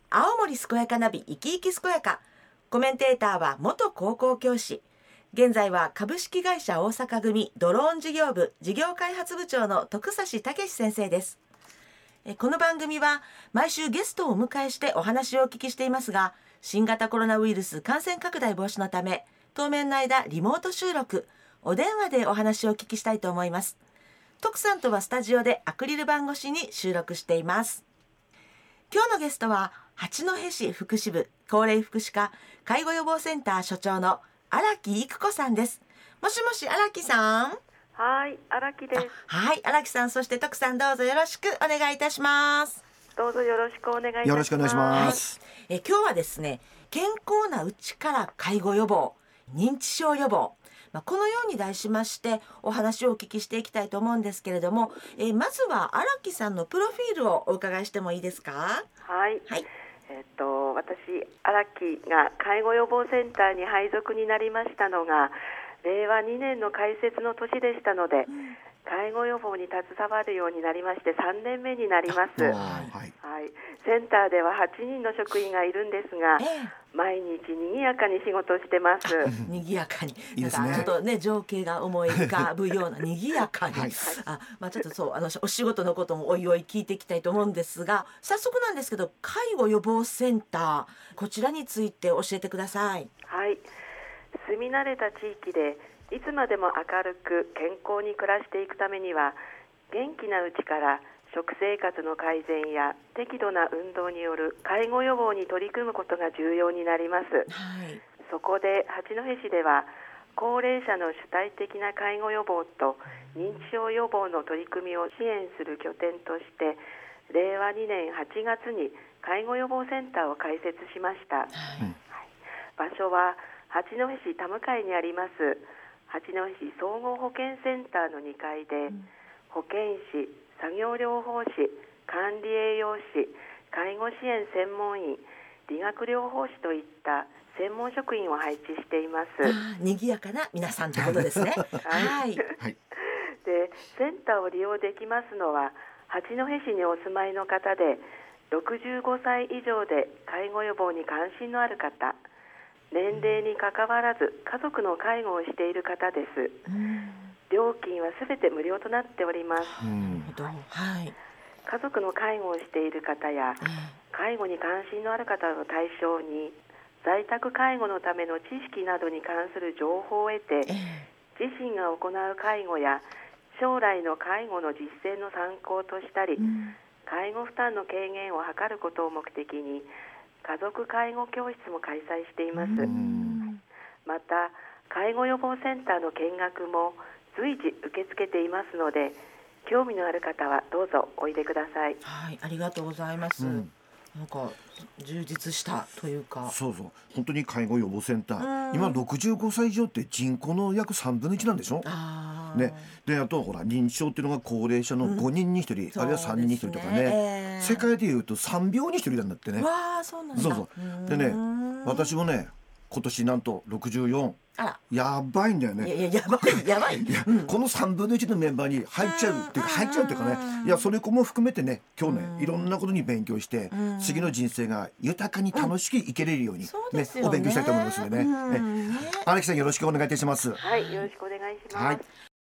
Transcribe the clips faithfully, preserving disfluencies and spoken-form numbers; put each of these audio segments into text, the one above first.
青森健やかナビ生き生き健やか。コメンテーターは元高校教師、現在は株式会社大阪組ドローン事業部事業開発部長の徳指武先生です。この番組は毎週ゲストをお迎えしてお話をお聞きしていますが、新型コロナウイルス感染拡大防止のため当面の間リモート収録、お電話でお話をお聞きしたいと思います。徳さんとはスタジオでアクリル板越しに収録しています。今日のゲストは八戸市福祉部高齢福祉課介護予防センター所長の荒木育子さんです。もしもし荒木さん。 はい、荒木です。 はい、荒木さん、そして徳さん、どうぞよろしくお願いいたします。 どうぞよろしくお願いいたします。 よろしくお願いします。 はい、え今日はですね、健康なうちから介護予防、認知症予防、まあ、このように題しましてお話をお聞きしていきたいと思うんですけれども、えー、まずは荒木さんのプロフィールをお伺いしてもいいですか？ はい、 はい、 えっと私荒木が介護予防センターに配属になりましたのがれいわにねんの開設の年でしたので、うん、介護予防に携わるようになりましてさんねんめになります。はい、はい、センターでははちにんの職員がいるんですが、ええ、毎日にぎやかに仕事をしてます。 にぎやかに、いいですね。ちょっとね情景が思い浮かぶようなにぎやかに、はい、あ、まあ、ちょっとそうあのお仕事のこともおいおい聞いていきたいと思うんですが、早速なんですけど介護予防センター、こちらについて教えてください。 はい、住み慣れた地域でいつまでも明るく健康に暮らしていくためには、元気なうちから食生活の改善や適度な運動による介護予防に取り組むことが重要になります。はい、そこで八戸市では高齢者の主体的な介護予防と認知症予防の取り組みを支援する拠点としてれいわにねんはちがつに介護予防センターを開設しました。はい、場所は八戸市田向にあります八戸市総合保健センターのにかいで、うん、保健師、作業療法士、管理栄養士、介護支援専門員、理学療法士といった専門職員を配置しています。 あ、にぎやかな皆さんということですね。はい、 はい、でセンターを利用できますのは八戸市にお住まいの方でろくじゅうごさい以上で介護予防に関心のある方、年齢にかかわらず家族の介護をしている方です。うん、料金はすべて無料となっております。うん、はい、家族の介護をしている方や、うん、介護に関心のある方を対象に在宅介護のための知識などに関する情報を得て、自身が行う介護や将来の介護の実践の参考としたり、うん、介護負担の軽減を図ることを目的に家族介護教室も開催しています。また介護予防センターの見学も随時受け付けていますので、興味のある方はどうぞおいでください。 はい、ありがとうございます。うん、なんか充実したというか、 そうそう、本当に介護予防センター、今ろくじゅうごさい以上って人口の約さんぶんのいちなんでしょ。あ、ね、であとほら認知症っていうのが高齢者のごにんにひとり、うん、あるいはさんにんにひとりとかね、えー、世界でいうとさんびょうにひとりなんだってね。 わー、そうなんだ。 そうそうでね、私もね今年なんとろくじゅうよん、あら、やばいんだよね。 いやいや、やばいやばいいや、 うん、このさんぶんのいちのメンバーに入っちゃうっていうか入っちゃうっていうかね、いやそれも含めてね、今日ねいろんなことに勉強して次の人生が豊かに楽しく生きれるように、うん、ね、お勉強したいと思いますのでね。ね、荒木さんよろしくお願いいたします。 はい、よろしくお願いします。はい、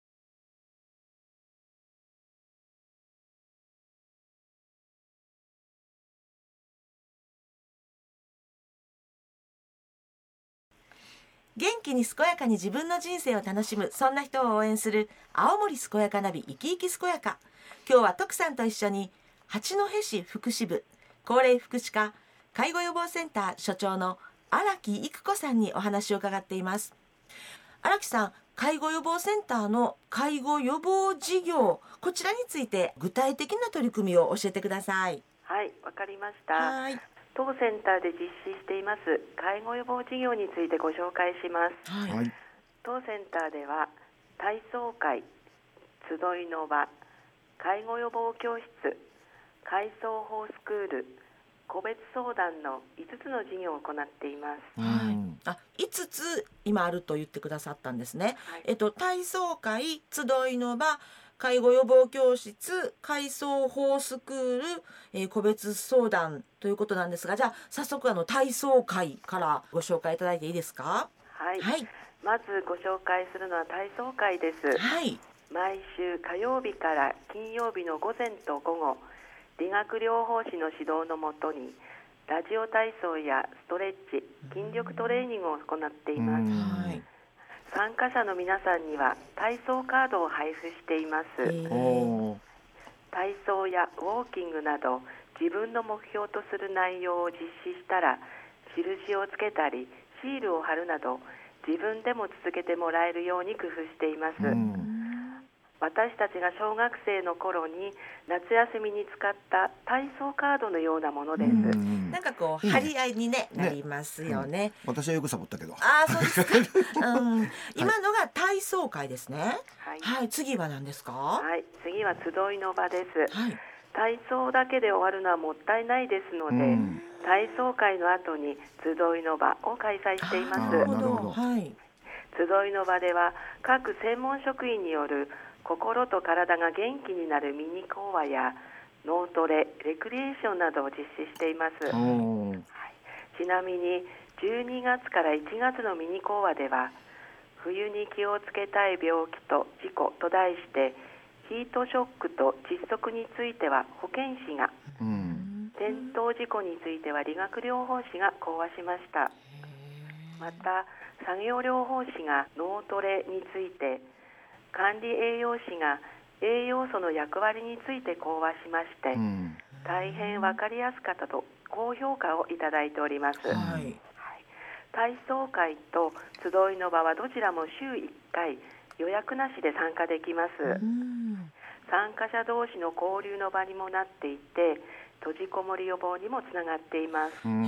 元気に健やかに自分の人生を楽しむ、そんな人を応援する青森健やかナビ生き生き健やか。今日は徳さんと一緒に八戸市福祉部高齢福祉課介護予防センター所長の荒木育子さんにお話を伺っています。荒木さん、介護予防センターの介護予防事業、こちらについて具体的な取り組みを教えてください。 はい、わかりました。はい、当センターで実施しています介護予防事業についてご紹介します。はい、当センターでは体操会、集いの場、介護予防教室、海藻法スクール、個別相談のいつつの事業を行っています。 はい、あ、いつつ今あると言ってくださったんですね。はい、えっと、体操会、集いの場、 介護予防教室海藻法スクール、えー、個別相談ということなんですが、じゃあ早速あの体操会からご紹介いただいていいですか？ はい、 はい、 まずご紹介するのは体操会です。 はい、 毎週火曜日から金曜日の午前と午後、理学療法士の指導のもとにラジオ体操やストレッチ、筋力トレーニングを行っています。はい、参加者の皆さんには体操カードを配布しています。体操やウォーキングなど自分の目標とする内容を実施したら印をつけたりシールを貼るなど自分でも続けてもらえるように工夫しています。私たちが小学生の頃に夏休みに使った体操カードのようなものです。 なんかこう張り合いに、ねね、なりますよね、 ね、うん、私はよくサボったけど。 ああ、そうですか、うん、今のが体操会ですね。はい、はい、次は何ですか？ はい、次は集いの場です。はい、体操だけで終わるのはもったいないですので、うん、体操会の後に集いの場を開催しています。 なるほど、はい、 集いの場では各専門職員による心と体が元気になるミニ講話や脳トレ、レクリエーションなどを実施しています。はい、ちなみにじゅうにがつからいちがつのミニ講話では冬に気をつけたい病気と事故と題してヒートショックと窒息については保健師が、うん、転倒事故については理学療法士が講話しました。また作業療法士が脳トレについて、管理栄養士が栄養素の役割について講話しまして、うん、大変分かりやすかったと高評価をいただいております。はいはい、体操会と集いの場はどちらも週いっかい予約なしで参加できます。うん、参加者同士の交流の場にもなっていて閉じこもり予防にもつながっています。うん、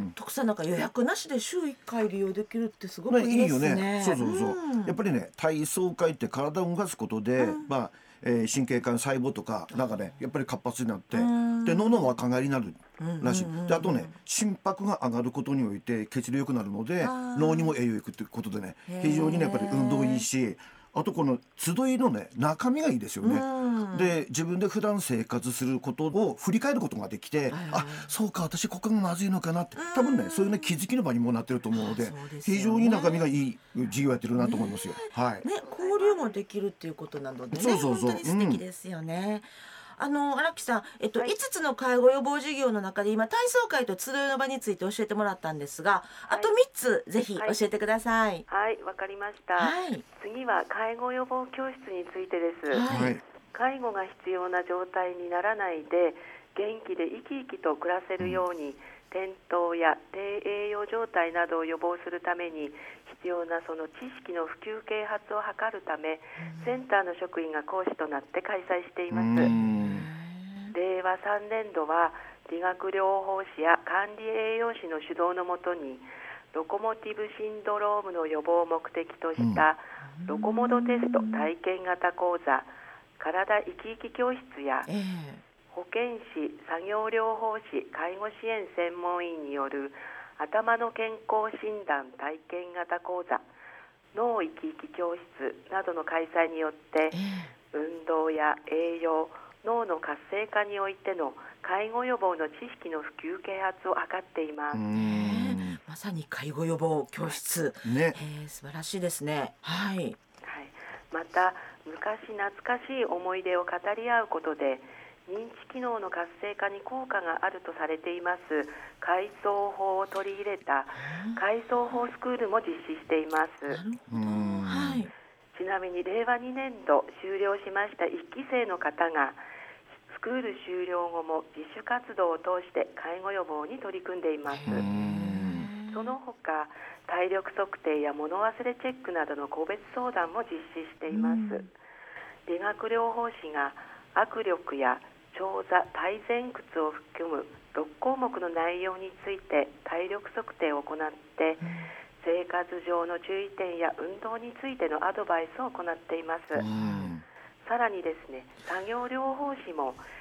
徳さん、なんか予約なしで週いっかい利用できるってすごくいいですね。いいよね。 そうそうそう、うん、やっぱりね、体操会って体を動かすことで、うん、まあえー、神経管細胞とかなんかねやっぱり活発になって、で脳の若返りになるらしい。であとね、心拍が上がることにおいて血流良くなるので脳にも栄養いくっていうことでね、非常にねやっぱり運動いいし、あとこの集いのね中身がいいですよね。で自分で普段生活することを振り返ることができて、あ、そうか、私ここがまずいのかなって、多分ねそういうね気づきの場にもなってると思うので、非常に中身がいい授業やってるなと思いますよ。はいね、交流もできるっていうことなのでね、そうそうそう、本当に素敵ですよね。うん、あの荒木さん、えっとはい、いつつの介護予防授業の中で今体操会と集いの場について教えてもらったんですが、あとみっつぜひ教えてください。 はい、わ、はい、かりました。はい、次は介護予防教室についてです。はい、介護が必要な状態にならないで元気で生き生きと暮らせるように、うん、転倒や低栄養状態などを予防するために必要なその知識の普及啓発を図るため、うん、センターの職員が講師となって開催しています。れいわさんねんどは理学療法士や管理栄養士の主導のもとにロコモティブシンドロームの予防を目的としたロコモドテスト体験型講座、体生き生き教室や、えー、保健師、作業療法士、介護支援専門員による頭の健康診断体験型講座、脳生き生き教室などの開催によって、えー、運動や栄養、脳の活性化においての介護予防の知識の普及啓発を図っています。 まさに介護予防教室、ね、えー、素晴らしいですね。はい、はい、 また昔懐かしい思い出を語り合うことで認知機能の活性化に効果があるとされています海藻法を取り入れた海藻法スクールも実施しています。はい、ちなみにれいわにねんど終了しましたいっきせいの方がスクール終了後も自主活動を通して介護予防に取り組んでいます。その他体力測定や物忘れチェックなどの個別相談も実施しています。理学療法士が握力や長座、体前屈を含むろっこうもくの内容について体力測定を行って生活上の注意点や運動についてのアドバイスを行っています。さらにですね、作業療法士も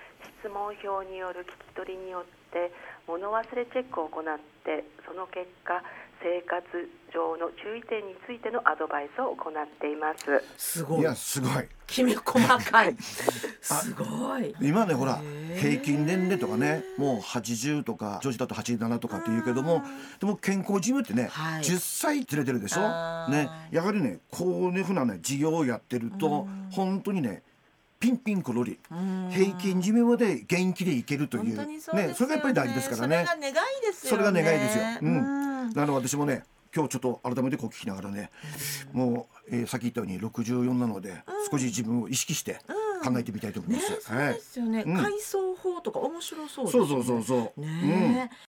質問票による聞き取りによって物忘れチェックを行って、その結果生活上の注意点についてのアドバイスを行っています。 すごい。 いやすごい。 きめ細かい。すごい。 今ねほら平均年齢とかねもうはちじゅうとか女子だとはちじゅうななとかって言うけども、でも健康寿命ってね、はい、じゅっさいずれてるでしょ。ね、やはりねこういうふうなね事業をやってると本当にねピンピンコロリ平均寿命まで元気でいけるという、ね、それがやっぱり大事ですからね。 それが願いですよね。 それが願いですよ。うん。なので私もね今日ちょっと改めてこう聞きながらね、もう、えー、さっき言ったようにろくじゅうよんなので、少し自分を意識して考えてみたいと思います。 ね、そうですよね。 はい、 海藻法とか面白そうですね。 そうそうそうそう。 ね、うん。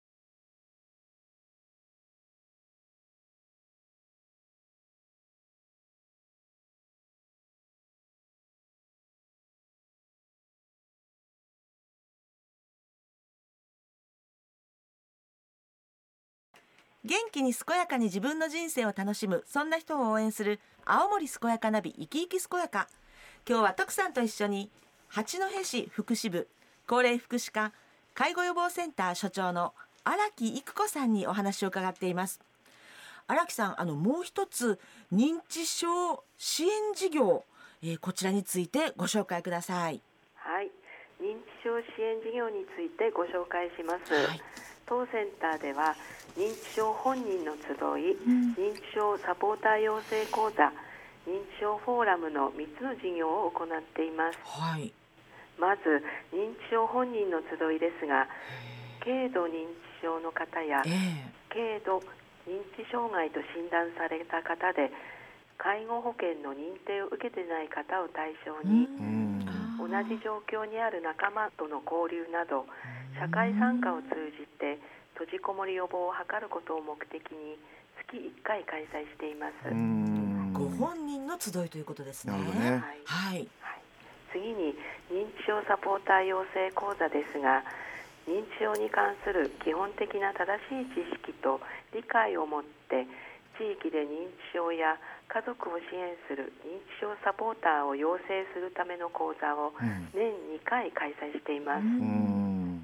元気に健やかに自分の人生を楽しむ、そんな人を応援する青森健やかナビ生き生き健やか。今日は徳さんと一緒に八戸市福祉部高齢福祉課介護予防センター所長の荒木育子さんにお話を伺っています。荒木さん、あのもう一つ認知症支援事業、えー、こちらについてご紹介ください。 はい、認知症支援事業についてご紹介します。はい、当センターでは認知症本人の集い、うん、認知症サポーター養成講座、認知症フォーラムのみっつの事業を行っています。 はい、 まず認知症本人の集いですが、軽度認知症の方や、軽度認知障害と診断された方で介護保険の認定を受けてない方を対象に、同じ状況にある仲間との交流など社会参加を通じて閉じこもり予防を図ることを目的に月いっかい開催しています。 ご本人の集いということですね。 ね、 はいはい、次に認知症サポーター養成講座ですが、認知症に関する基本的な正しい知識と理解を持って地域で認知症や家族を支援する認知症サポーターを養成するための講座を年にかい開催しています。うん、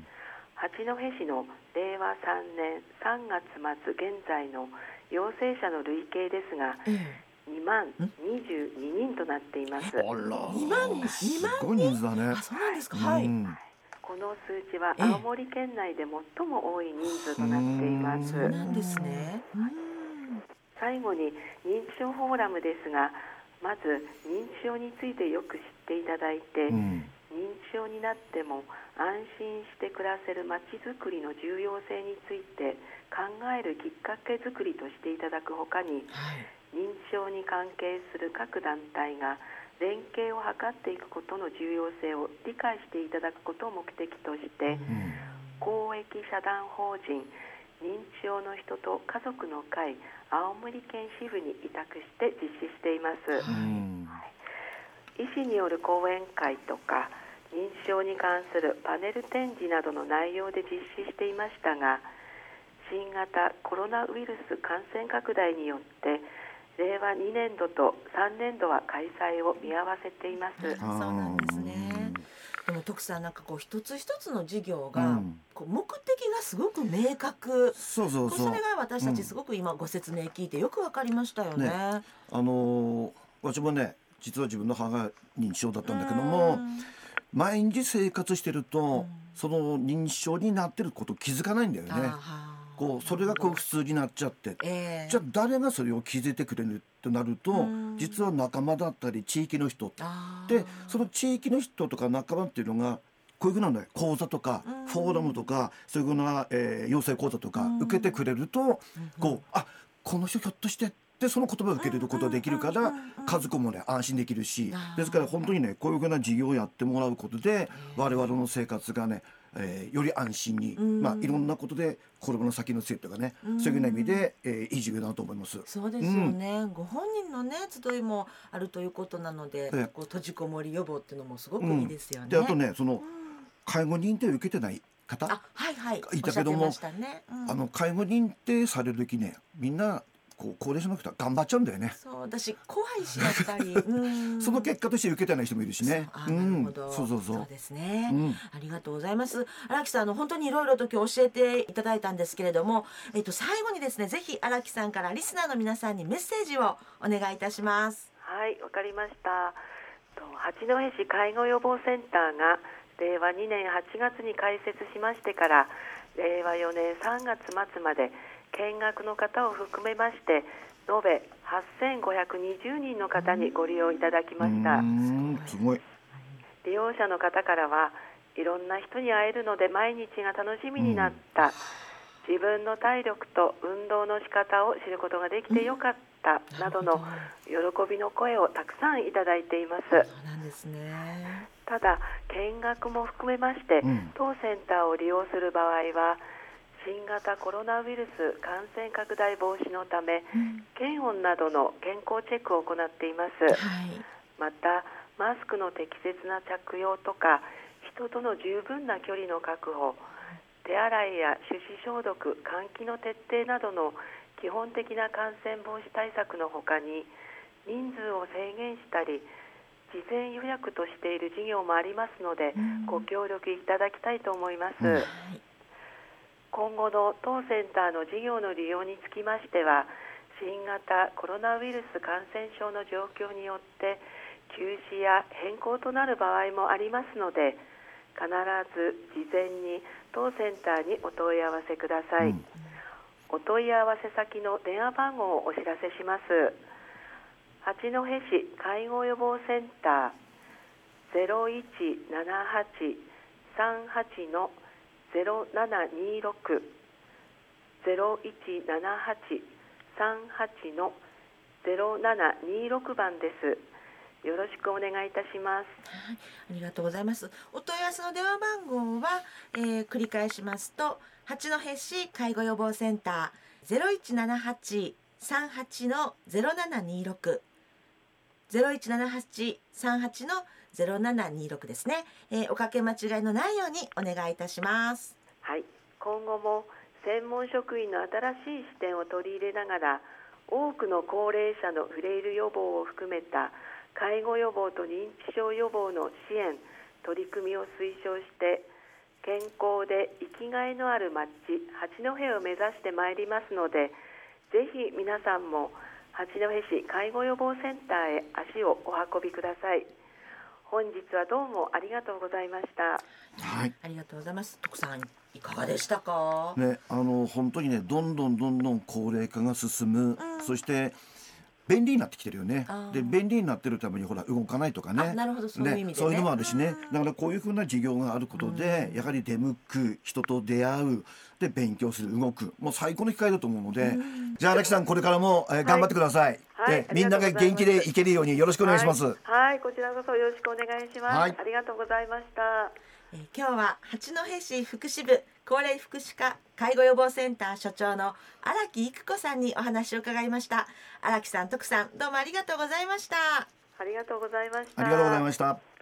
八戸市のれいわさんねんさんがつ末現在の陽性者の累計ですが、うん、にまんにじゅうににんとなっています。 あら、 にまん、 すごい人数だね。 あ、そうなんですか。はい、うん、 この数値は青森県内で最も多い人数となっています。 そうなんですね。うん、 最後に認知症フォーラムですが、まず認知症についてよく知っていただいて、うん、認知症になっても安心して暮らせるまちづくりの重要性について考えるきっかけづくりとしていただくほかに、はい、認知症に関係する各団体が連携を図っていくことの重要性を理解していただくことを目的として、うん、公益社団法人認知症の人と家族の会青森県支部に委託して実施しています。はい、医師による講演会とか認知症に関するパネル展示などの内容で実施していましたが、新型コロナウイルス感染拡大によってれいわにねんどとさんねんどは開催を見合わせています。 そうなんですね。でも徳さん、なんかこう一つ一つの事業が、うん、こう目的がすごく明確。 そうそうそう。 それが私たちすごく今ご説明聞いてよくわかりましたよね。ね、 あのー、私もね実は自分の母が認知症だったんだけども、毎日生活してると、その認知症になってること気づかないんだよね。こうそれがこう普通になっちゃって、えー、じゃあ誰がそれを気づいてくれるとなると、実は仲間だったり地域の人で、その地域の人とか仲間っていうのがこういうふうなね講座とかフォーラムとかそういうふうな、えー、養成講座とか受けてくれると、こうあこの人ひょっとしてでその言葉を受けれることができるから、家族もね安心できるし、ですから本当にねこういうふうな事業をやってもらうことで我々の生活がね、えー、より安心に、まあ、いろんなことで子供の先のせいとかね、そういう意味で、えー、いい事業だと思います。 そうですよね、うん、ご本人のね集いもあるということなので、こう閉じこもり予防っていうのもすごくいいですよね。うん、 であとねその介護認定を受けてない方あ、はいはい、 いたけども、 ね、うん、 あの介護認定される時ねみんなこう高齢者の人は頑張っちゃうんだよね。 そうだし怖いしやっぱりうんその結果として受けたような人もいるしね。 あ、なるほど、 うん、そうそうそうそうですね、 うん、 ありがとうございます。荒木さん、あの本当にいろいろと今日教えていただいたんですけれども、えっと、最後にですね、ぜひ荒木さんからリスナーの皆さんにメッセージをお願いいたします。 はい、わかりました。八戸市介護予防センターがれいわにねんはちがつに開設しましてかられいわよねんさんがつ末まで見学の方を含めまして延べはっせんごひゃくにじゅうにんの方にご利用いただきました。 うーん、すごい。 利用者の方からはいろんな人に会えるので毎日が楽しみになった、うん、自分の体力と運動の仕方を知ることができてよかった、うん、などの喜びの声をたくさんいただいています。 そうなんですね。 ただ見学も含めまして、うん、当センターを利用する場合は新型コロナウイルス感染拡大防止のため、うん、検温などの健康チェックを行っています、はい、またマスクの適切な着用とか人との十分な距離の確保、手洗いや手指消毒、換気の徹底などの基本的な感染防止対策のほかに人数を制限したり事前予約としている事業もありますので、うん、ご協力いただきたいと思います、うん、今後の当センターの事業の利用につきましては新型コロナウイルス感染症の状況によって休止や変更となる場合もありますので必ず事前に当センターにお問い合わせください、うん、お問い合わせ先の電話番号をお知らせします。八戸市介護予防センター ゼロいちななはちさんはちのゼロななにろく ゼロいちななはちさんはちのゼロななにろく番です。よろしくお願いいたします。 はい、ありがとうございます。お問い合わせの電話番号は、えー、繰り返しますと八戸市介護予防センター ゼロいちななはちさんはちのゼロななにろく ゼロいちななはちさんはちのゼロななにろくですね、えー、おかけ間違いのないようにお願いいたします。 はい、今後も専門職員の新しい視点を取り入れながら多くの高齢者のフレイル予防を含めた介護予防と認知症予防の支援取り組みを推奨して健康で生きがいのある町八戸を目指してまいりますのでぜひ皆さんも八戸市介護予防センターへ足をお運びください。本日はどうもありがとうございました。 はい、 ありがとうございます。徳さんいかがでしたか。 ね、あの本当にねどんどんどんどん高齢化が進む、うん、そして便利になってきてるよね。で便利になってるためにほら動かないとかね。 なるほど、そういう意味でね、 そういうのもあるしね。だからこういうふうな事業があることでやはり出向く人と出会うで勉強する動くもう最高の機会だと思うので、じゃあ荒木さんこれからも、えー、頑張ってください。はい、みんなが元気でいけるようによろしくお願いします。 はい、はい、こちらこそよろしくお願いします。はい、ありがとうございました。 えー、今日は八戸市福祉部高齢福祉課介護予防センター所長の荒木育子さんにお話を伺いました。荒木さん、徳さん、どうもありがとうございました。 ありがとうございました。 ありがとうございました。